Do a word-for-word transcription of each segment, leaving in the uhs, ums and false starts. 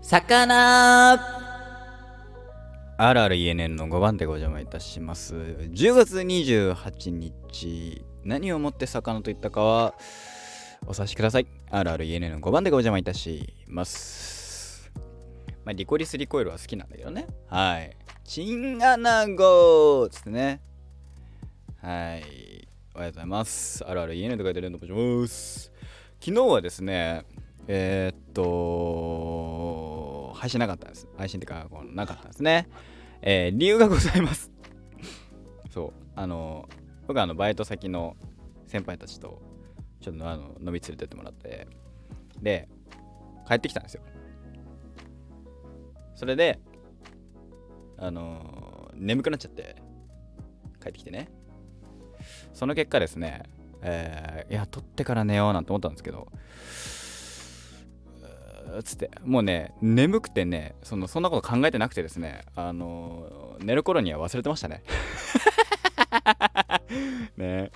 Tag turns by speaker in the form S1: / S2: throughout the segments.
S1: 魚あるある イーエヌエヌ のごばんでご邪魔いたします。じゅうがつにじゅうはちにち、何をもって魚と言ったかはお察しください。あるある イーエヌエヌ のごばんでご邪魔いたします。まあ、リコリスリコイルは好きなんだけどね。はい。チンアナゴーつってね。はい。おはようございます。あるある イーエヌエヌ と書いてるんでございます。昨日はですね、えー、っと、配信なかったんです。配信ってか、このなかったんですね。えー、理由がございます。そう。あの、僕はあの、バイト先の先輩たちと、ちょっとあの飲み連れてってもらって、で、帰ってきたんですよ。それで、あのー、眠くなっちゃって、帰ってきてね。その結果ですね、えー、いや、撮ってから寝ようなんて思ったんですけど、つってもうね眠くてねそのそんなこと考えてなくてですねあのー、寝る頃には忘れてましたねね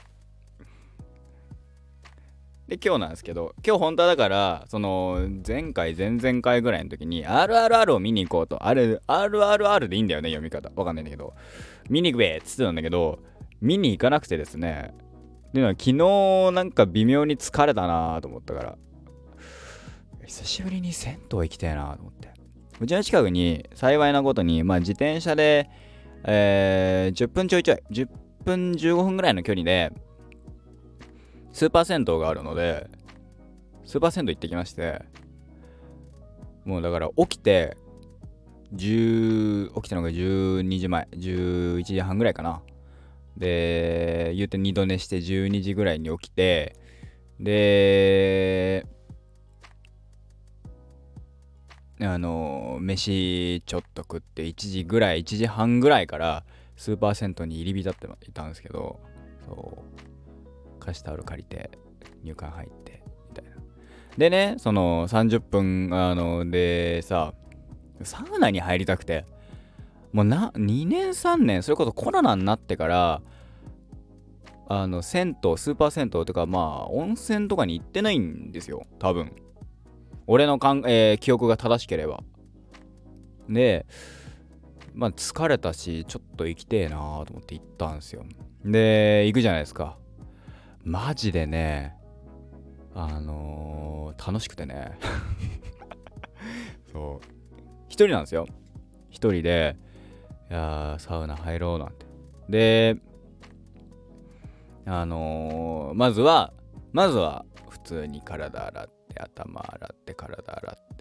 S1: で今日なんですけど、今日本当はだからその前回前々回ぐらいの時に アールアールアール を見に行こうと、あれ アールアールアール でいいんだよね、読み方わかんないんだけど、見に行くべっつってたんだけど見に行かなくてですね、で昨日なんか微妙に疲れたなと思ったから、久しぶりに銭湯行きたいなと思って、うちの近くに幸いなことに、まあ、自転車で、えー、じゅっぷんちょいちょいじゅっぷんじゅうごふんぐらいの距離でスーパー銭湯があるので、スーパー銭湯行ってきまして、もうだから起きてじゅう起きたのがじゅうにじまえ、じゅういちじはんぐらいかな。で言うて二度寝してじゅうにじぐらいに起きて、であの飯ちょっと食っていちじぐらいいちじはんぐらいからスーパー銭湯に入り浸っていたんですけど、そう貸しタオル借りて入館入ってみたいな。でね、そのさんじゅっぷんあのでさ、サウナに入りたくて、もうなにねんさんねん、それこそコロナになってからあの銭湯スーパー銭湯とかまあ温泉とかに行ってないんですよ、多分俺のかん、えー、記憶が正しければ。で、まあ疲れたし、ちょっと行きてえなーと思って行ったんですよ。で、行くじゃないですか。マジでね、あのー、楽しくてね。そう。一人なんですよ。一人で、いやー、サウナ入ろうなんて。で、あのー、まずは、まずは、普通に体洗って、頭洗って、体洗って、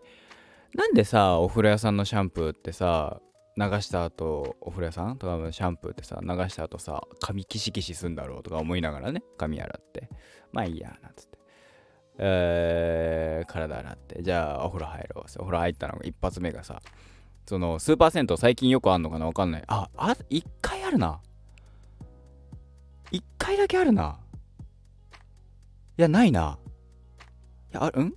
S1: なんでさ、お風呂屋さんのシャンプーってさ、流した後、お風呂屋さんとかシャンプーってさ、流した後さ、髪キシキシすんだろうとか思いながらね、髪洗って、まあいいや、なんつって。えー、体洗って、じゃあお風呂入ろう。お風呂入ったのが一発目がさ、そのスーパー銭湯最近よくあんのかなわかんない。あ、あ、一回あるな。一回だけあるな。いや、ないな。いや、あるん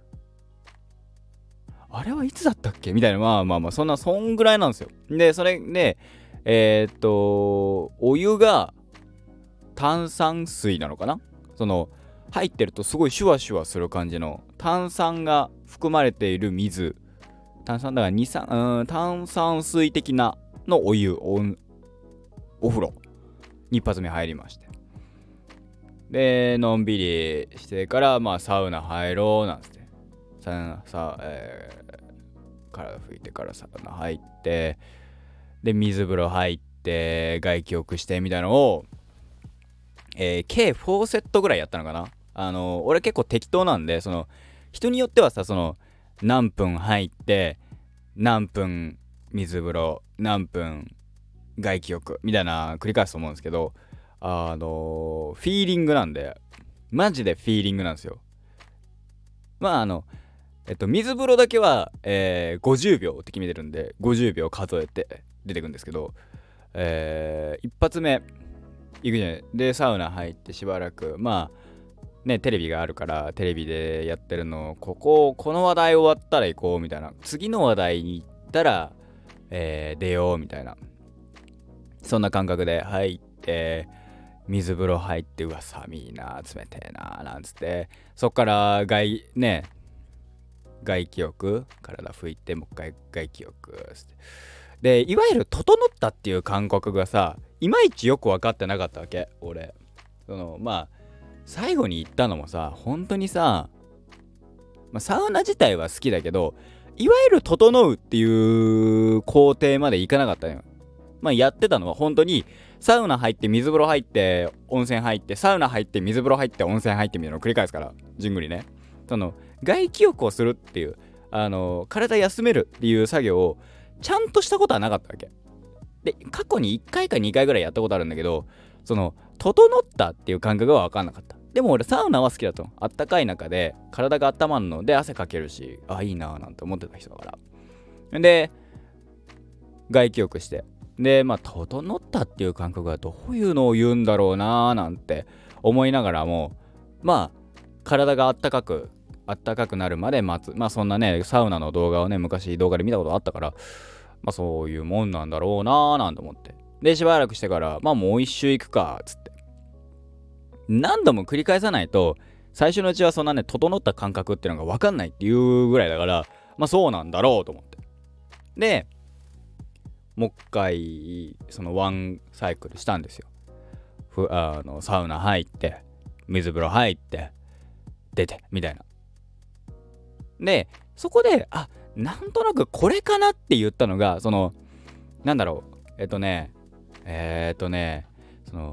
S1: あれはいつだったっけみたいな、まあまあまあ、そんな、そんぐらいなんですよ。で、それで、えー、っと、お湯が炭酸水なのかな、その、入ってるとすごいシュワシュワする感じの、炭酸が含まれている水。炭酸だから二酸、うん、炭酸水的なのお湯、お、お風呂に一発目入りまして。で、のんびりしてから、まあ、サウナ入ろうなんつって。さ、さ、えー、体拭いてからサウナ入って、で、水風呂入って、外気浴してみたいなのを、えー、計よんセットぐらいやったのかな。あのー、俺結構適当なんで、その、人によってはさ、その、何分入って、何分水風呂、何分外気浴みたいな繰り返すと思うんですけど、あのー、フィーリングなんで、マジでフィーリングなんですよ。まああの、えっと、水風呂だけは、えー、ごじゅうびょうって決めてるんで、ごじゅうびょう数えて出てくるんですけど、えー、一発目、行くじゃない。で、サウナ入ってしばらく、まあ、ね、テレビがあるから、テレビでやってるのを、ここ、この話題終わったら行こうみたいな。次の話題に行ったら、えー、出ようみたいな。そんな感覚で入って、水風呂入って、うわ、寒いな、冷てえな、なんつって、そっから外、ね、 外気浴、体拭いてもう一回外気浴で、いわゆる整ったっていう感覚がさ、いまいちよく分かってなかったわけ俺。そのまあ最後に行ったのもさ、本当にさ、まあ、サウナ自体は好きだけど、いわゆる整うっていう工程までいかなかったのよ。まあやってたのは本当にサウナ入って水風呂入って温泉入ってサウナ入って水風呂入って温泉入ってみたいなのを繰り返すから、じゅんぐりね。その外気浴をするっていう、あの体休めるっていう作業をちゃんとしたことはなかったわけで、過去にいっかいかにかいぐらいやったことあるんだけど、その整ったっていう感覚が分かんなかった。でも俺サウナは好きだと。あったかい中で体が温まるので汗かけるし、あ、いいなーなんて思ってた人だから。で外気浴して、でまあ整ったっていう感覚がどういうのを言うんだろうなーなんて思いながらも、まあ体があったかくあったかくなるまで待つ。まあそんなねサウナの動画をね昔動画で見たことあったから、まあそういうもんなんだろうなーなんて思って、でしばらくしてからまあもう一周行くかっつって何度も繰り返さないと、最初のうちはそんなね整った感覚っていうのが分かんないっていうぐらいだから、まあそうなんだろうと思って、でもう一回そのワンサイクルしたんですよ。ふあのサウナ入って水風呂入って出てみたいな。でそこであなんとなくこれかなって言ったのが、そのなんだろうえっとねえー、っとねその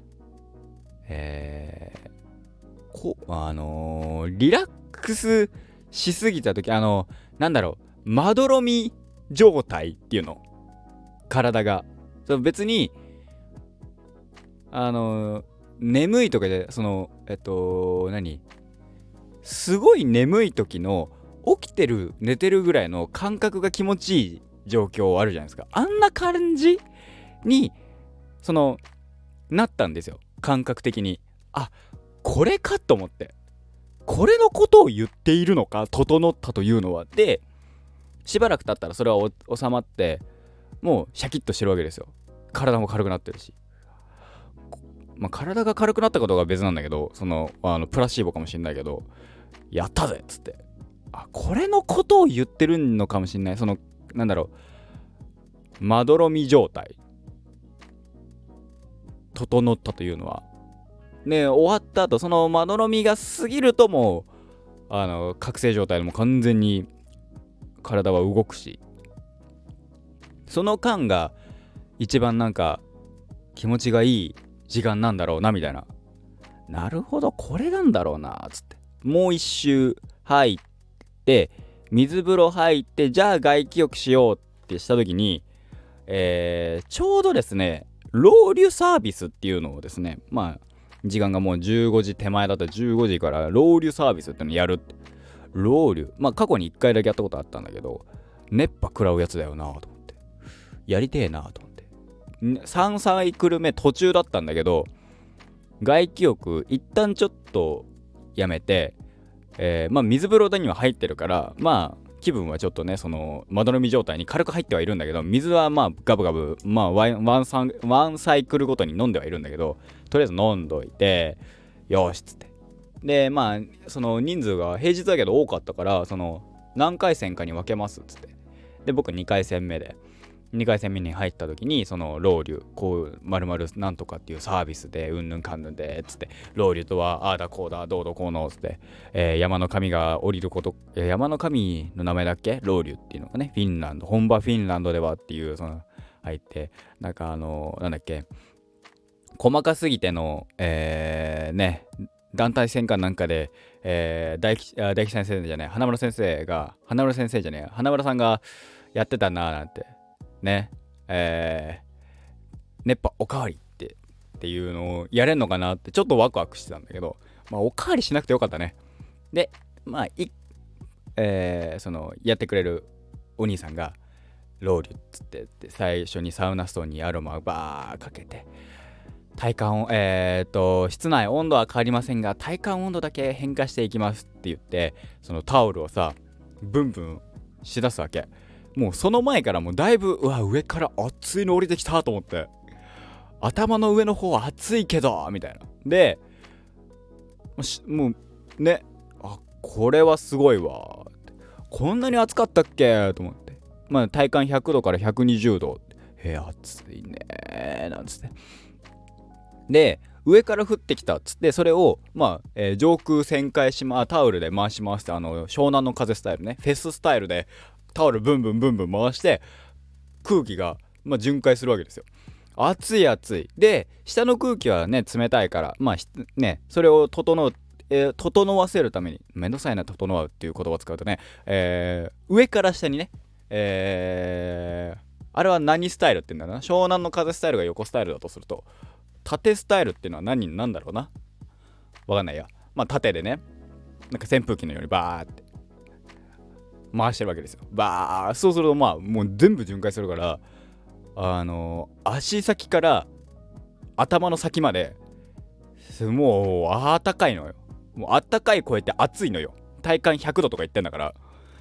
S1: えー、こあのー、リラックスしすぎた時、あのなんだろうまどろみ状態っていうの、体がそ別にあのー、眠いとかでそのえっと何すごい眠い時の起きてる寝てるぐらいの感覚が気持ちいい状況あるじゃないですか。あんな感じにそのなったんですよ、感覚的に。あ、これかと思って、これのことを言っているのか整ったというのは。でしばらく経ったらそれは収まって、もうシャキッとしてるわけですよ。体も軽くなってるし、まあ体が軽くなったことが別なんだけど、そのあのプラシーボかもしんないけど、やったぜっつって、あこれのことを言ってるのかもしんない。そのなんだろうまどろみ状態整ったというのはね。終わった後そのまどろみが過ぎるともうあの覚醒状態でも完全に体は動くし、その間が一番なんか気持ちがいい時間なんだろうなみたいな。なるほどこれなんだろうなつって、もう一周入って水風呂入って、じゃあ外気浴しようってした時に、えー、ちょうどですねロウリュサービスっていうのをですね、まあ時間がもうじゅうごじ手前だったらじゅうごじからロウリュサービスっていうのやるって。ロウリュまあ過去にいっかいだけやったことあったんだけど、熱波食らうやつだよなと思って、やりてえなと思って、さんサイクル目途中だったんだけど、外気浴一旦ちょっとやめて、えー、まあ水風呂には入ってるから、まあ気分はちょっとねそのまどろみ状態に軽く入ってはいるんだけど、水はまあガブガブまあワンワンサンワンサイクルごとに飲んではいるんだけど、とりあえず飲んどいてよしっつって、でまあその人数が平日だけど多かったから、その何回戦かに分けますっつって、で僕にかい戦目でにかい戦目に入った時に、そのロウリュこう丸々なんとかっていうサービスでうんぬんかんぬんでつって、ロウリュとはああだこうだどうどこうのつって、えー、山の神が降りること、山の神の名前だっけロウリュっていうのがね、フィンランド本場フィンランドではっていう、その入ってなんかあのなんだっけ細かすぎてのえー、ね団体戦かなんかで、えー、大吉大吉先生じゃない花村先生が花村先生じゃねえ花村さんがやってたなーなんてね、えー、熱波おかわりってっていうのをやれんのかなってちょっとワクワクしてたんだけど、まあおかわりしなくてよかったね。でまあい、えー、そのやってくれるお兄さんがロウリュっつってって最初にサウナストーンにアロマをバーかけて、体感をえー、っと室内温度は変わりませんが体感温度だけ変化していきますって言って、そのタオルをさブンブンしだすわけ。もうその前からもうだいぶうわ上から熱いの降りてきたと思って、頭の上の方は熱いけどみたいなでもうね、あこれはすごいわ、 こんなに暑かったっけと思って、まあ体感ひゃくどからひゃくにじゅうど、えー、暑いねーなんつって、で上から降ってきたっつって、それをまあ、えー、上空旋回しまタオルで回し回して、あの湘南の風スタイルね、フェススタイルでタオルブンブンブンブン回して空気が、まあ、巡回するわけですよ。暑い暑いで、下の空気はね冷たいから、まあね、それを整う、えー、整わせるために、めんどくさいな整うっていう言葉を使うとね、えー、上から下にね、えー、あれは何スタイルって言うんだろうな。湘南の風スタイルが横スタイルだとすると、縦スタイルっていうのは何なんだろうな。わかんないや。まあ縦でね、なんか扇風機のようにバーって回してるわけですよ。バー、そうするとまあもう全部巡回するから、あのー、足先から頭の先までもうあったかいのよ。もうあったかい超えて暑いのよ。体感ひゃくどとか言ってんだから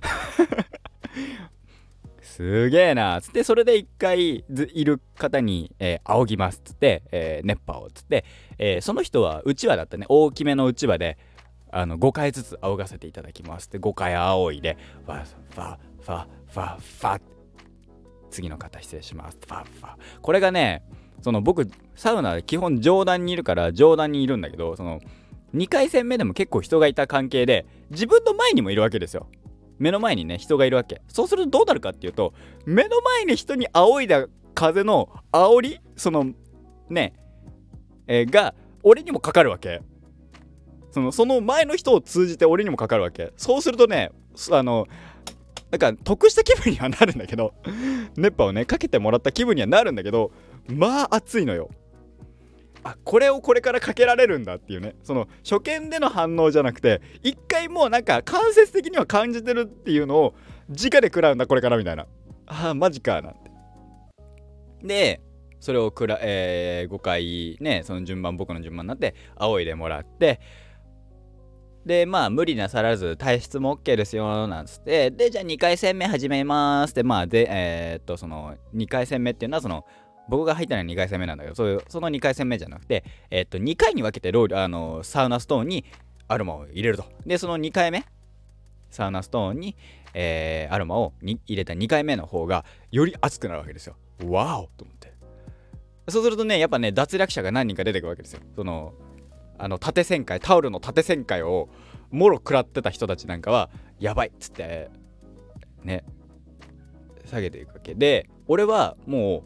S1: すげえなーつって、それで一回いる方に、えー、仰ぎますっつって、えー、熱波をつって、えー、その人はうちわだったね、大きめのうちわであのごかいずつ仰がせていただきますってごかい仰いで、ファファファファファ、次の方失礼しますファファ。これがね、その僕サウナ基本上段にいるから上段にいるんだけど、そのにかい戦目でも結構人がいた関係で、自分の前にもいるわけですよ。目の前にね人がいるわけ。そうするとどうなるかっていうと、目の前に人に仰いだ風の煽り、そのねえー、が俺にもかかるわけ。そのその前の人を通じて俺にもかかるわけ。そうするとね、あのなんか得した気分にはなるんだけど熱波をねかけてもらった気分にはなるんだけど、まあ暑いのよ。あ、これをこれからかけられるんだっていうね、その初見での反応じゃなくて、一回もうなんか間接的には感じてるっていうのを直で食らうんだこれからみたいな、あーマジかなんて。でそれをくら、えー、ごかいね、その順番僕の順番になって仰いでもらって、でまあ無理なさらず体質も OK ですよなんつって、でじゃあにかい戦目始めますってまあでえー、っとそのにかい戦目っていうのはその僕が入ったのはにかい戦目なんだけど、そういうそのにかい戦目じゃなくて、えー、っとにかいに分けてロールあのサウナストーンにアロマを入れると。でそのにかいめサウナストーンに、えー、アロマをに入れたにかいめの方がより熱くなるわけですよ。わおと思って。そうするとね、やっぱね脱落者が何人か出てくるわけですよ。そのあの縦旋回、タオルの縦旋回をもろ食らってた人たちなんかはやばいっつってね下げていくわけで、俺はもう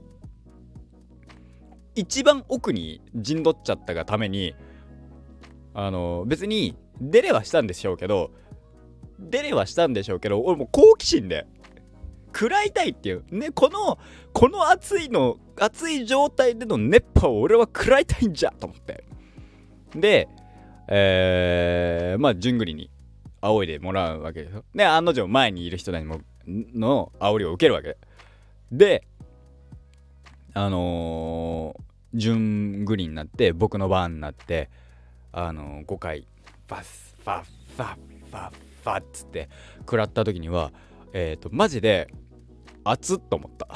S1: 一番奥に陣取っちゃったがために、あの別に出れはしたんでしょうけど出れはしたんでしょうけど俺もう好奇心で食らいたいっていうね、このこの暑いの暑い状態での熱波を俺は食らいたいんじゃと思って、で、えー、まあ順繰りに仰いでもらうわけですよ。で案の定前にいる人たちもの煽りを受けるわけで、あのー、順繰りになって僕の番になって、あのー、ごかいファスファファファファっつって食らった時にはえっとマジで熱っと思った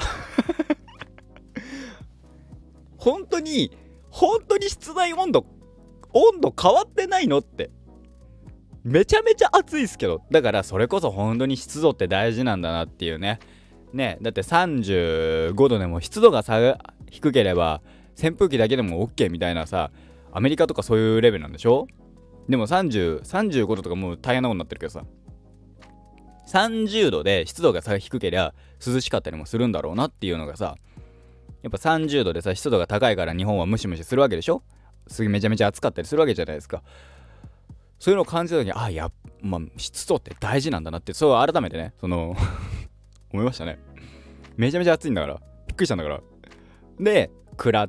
S1: 本当に本当に室内温度温度変わってないのって、めちゃめちゃ暑いっすけど、だからそれこそ本当に湿度って大事なんだなっていうね。ね、だってさんじゅうごどでも湿度が下低ければ扇風機だけでも OK みたいなさ、アメリカとかそういうレベルなんでしょ。でもさんじゅう、さんじゅうごどとかもう大変なことになってるけどさ、さんじゅうどで湿度が低ければ涼しかったりもするんだろうなっていうのがさ、やっぱさんじゅうどでさ湿度が高いから日本はムシムシするわけでしょ。すげめちゃめちゃ暑かったりするわけじゃないですか。そういうのを感じた時に、あ、やまあ湿度って大事なんだなって、そう改めてね、その思いましたね。めちゃめちゃ暑いんだから、びっくりしたんだから。で食らって、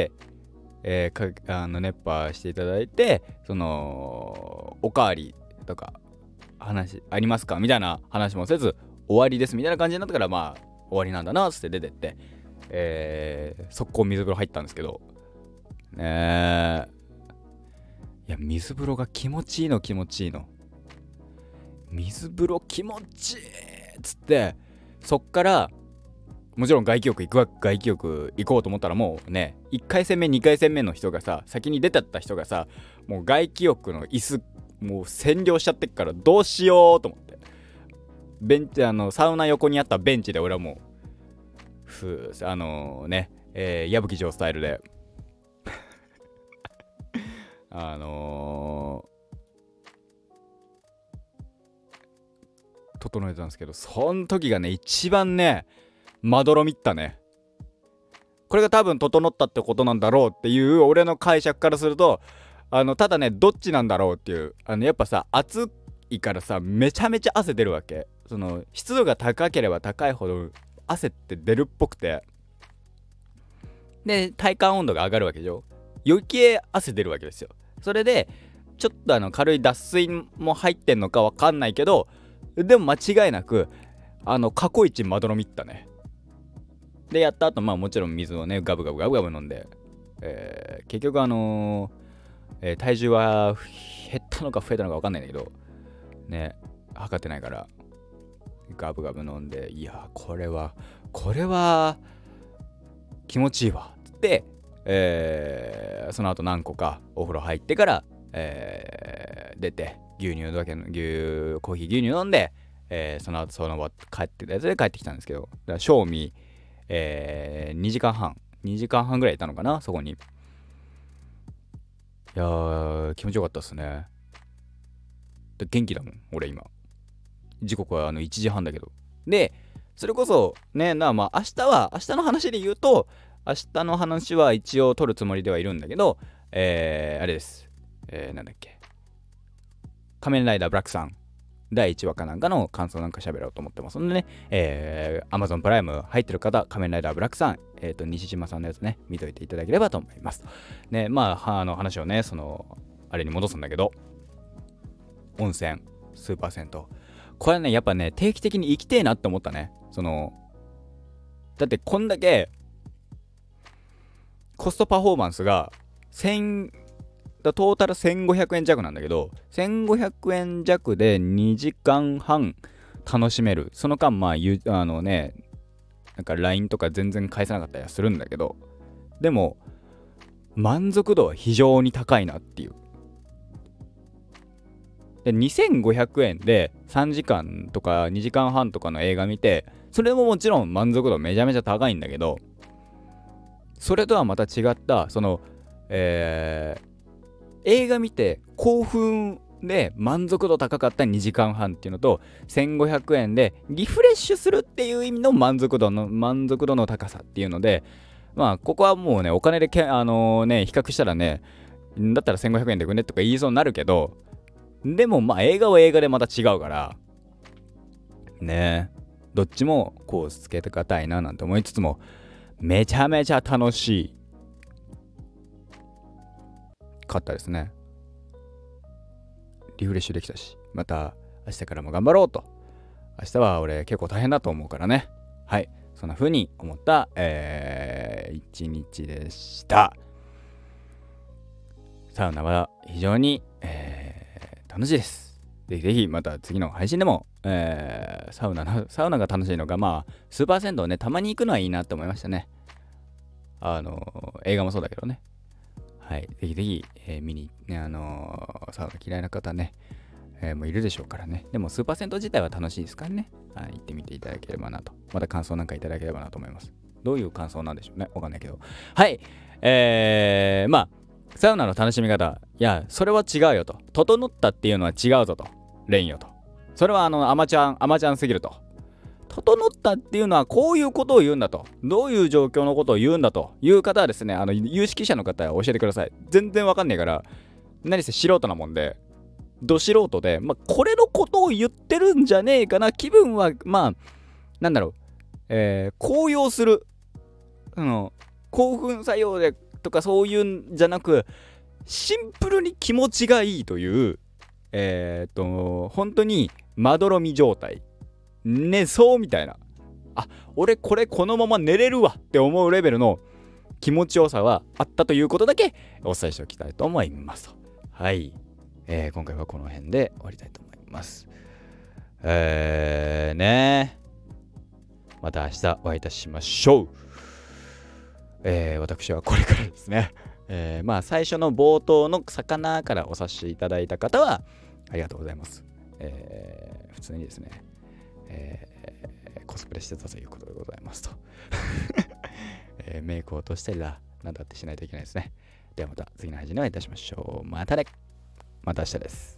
S1: えー、かあの熱波していただいて、そのおかわりとか話ありますかみたいな話もせず終わりですみたいな感じになったから、まあ終わりなんだなっつって出てって、えー、速攻水風呂入ったんですけどねえ、いや水風呂が気持ちいいの気持ちいいの水風呂気持ちいいっつって、そっからもちろん外気浴行くわ外気浴行こうと思ったら、もうねいっかい戦目にかい戦目の人がさ、先に出てった人がさ、もう外気浴の椅子もう占領しちゃってっからどうしようと思って、 ベンチ、あのサウナ横にあったベンチで俺はもうふあのー、ね、えー、矢吹城スタイルであのー、整えてたんですけど、その時がね一番ねまどろみったね。これが多分整ったってことなんだろうっていう俺の解釈からすると、あのただねどっちなんだろうっていう、あのやっぱさ暑いからさめちゃめちゃ汗出るわけ。その湿度が高ければ高いほど汗って出るっぽくて、で体感温度が上がるわけでしょ。余計汗出るわけですよ。それでちょっとあの軽い脱水も入ってんのかわかんないけど、でも間違いなくあの過去一まどろみったね。でやった後、まあもちろん水をねガブガブガブガブ飲んで、えー、結局あのーえー、体重は減ったのか増えたのか分かんないんだけどね、測ってないからガブガブ飲んで、いやこれはこれは気持ちいいわっつって、えー、その後何個かお風呂入ってから、えー、出て牛乳だけの牛コーヒー牛乳飲んで、えー、その後その場帰ってたやつで帰ってきたんですけど、だから賞味えー、にじかんはんにじかんはんぐらいいたのかな、そこに。いやー気持ちよかったっすね。で元気だもん俺今。時刻はあのいちじはんだけど。でそれこそね、なまあ明日は明日の話で言うと、明日の話は一応取るつもりではいるんだけど、えー、あれです、えー、なんだっけ、仮面ライダーブラックさんだいいちわかなんかの感想なんか喋ろうと思ってますのでね、えー、Amazon プライム入ってる方、仮面ライダーブラックさん、えっ、ー、と、西島さんのやつね、見といていただければと思います。ね、まあ、あの話をね、その、あれに戻すんだけど、温泉、スーパー銭湯。これね、やっぱね、定期的に行きてえなって思ったね。その、だってこんだけ、コストパフォーマンスが、せん、トータルせんごひゃくえん弱なんだけど、せんごひゃくえん弱でにじかんはん楽しめる。その間まあゆあのね、なんか ライン とか全然返せなかったりはするんだけど、でも満足度は非常に高いなっていう。でにせんごひゃくえんでさんじかんとかにじかんはんとかの映画見て、それももちろん満足度めちゃめちゃ高いんだけど、それとはまた違ったそのえー映画見て興奮で満足度高かったにじかんはんっていうのと、せんごひゃくえんでリフレッシュするっていう意味の満足度の満足度の高さっていうので、まあここはもうねお金でけあのー、ね比較したらね、だったらせんごひゃくえんでくねとか言いそうになるけど、でもまあ映画は映画でまた違うからね、どっちもこうつけてかたいななんて思いつつも、めちゃめちゃ楽しいかったですね。リフレッシュできたし、また明日からも頑張ろうと。明日は俺結構大変だと思うからね。はい、そんな風に思った、えー、一日でした。サウナは非常に、えー、楽しいです。ぜひぜひまた次の配信でも、えー、サウナのサウナが楽しいのが、まあスーパー銭湯ね、たまに行くのはいいなと思いましたね。あの映画もそうだけどね。はい、ぜひぜひ、えー、見に、ね、あのー、サウナ嫌いな方ね、えー、もういるでしょうからね。でもスーパー銭湯自体は楽しいですからね。はい、行ってみていただければなと。また感想なんかいただければなと思います。どういう感想なんでしょうね。わかんないけど。はい、えー、まあ、サウナの楽しみ方、いや、それは違うよと。整ったっていうのは違うぞと。レンよと。それはあの、アマちゃん、アマちゃんすぎると。整ったっていうのはこういうことを言うんだと、どういう状況のことを言うんだという方はですね、あの有識者の方は教えてください。全然わかんないから、何せ素人なもんで、ど素人で、まあ、これのことを言ってるんじゃねえかな、気分はまあなんだろう、えー、高揚する、あの興奮作用でとかそういうんじゃなく、シンプルに気持ちがいいという、えー、っと本当にまどろみ状態。寝そうみたいな、あ、俺これこのまま寝れるわって思うレベルの気持ちよさはあったということだけお伝えしておきたいと思いますと。はい、えー、今回はこの辺で終わりたいと思います。えーねまた明日お会いいたしましょう。えー、私はこれからですね、えー、まあ最初の冒頭の魚からお察しいただいた方はありがとうございます。えー、普通にですね、 えー、コスプレしてたということでございますと、えー、メイクを落としたりだなんだってしないといけないですね。ではまた次の配信でお会いいたしましょう。またね。また明日です。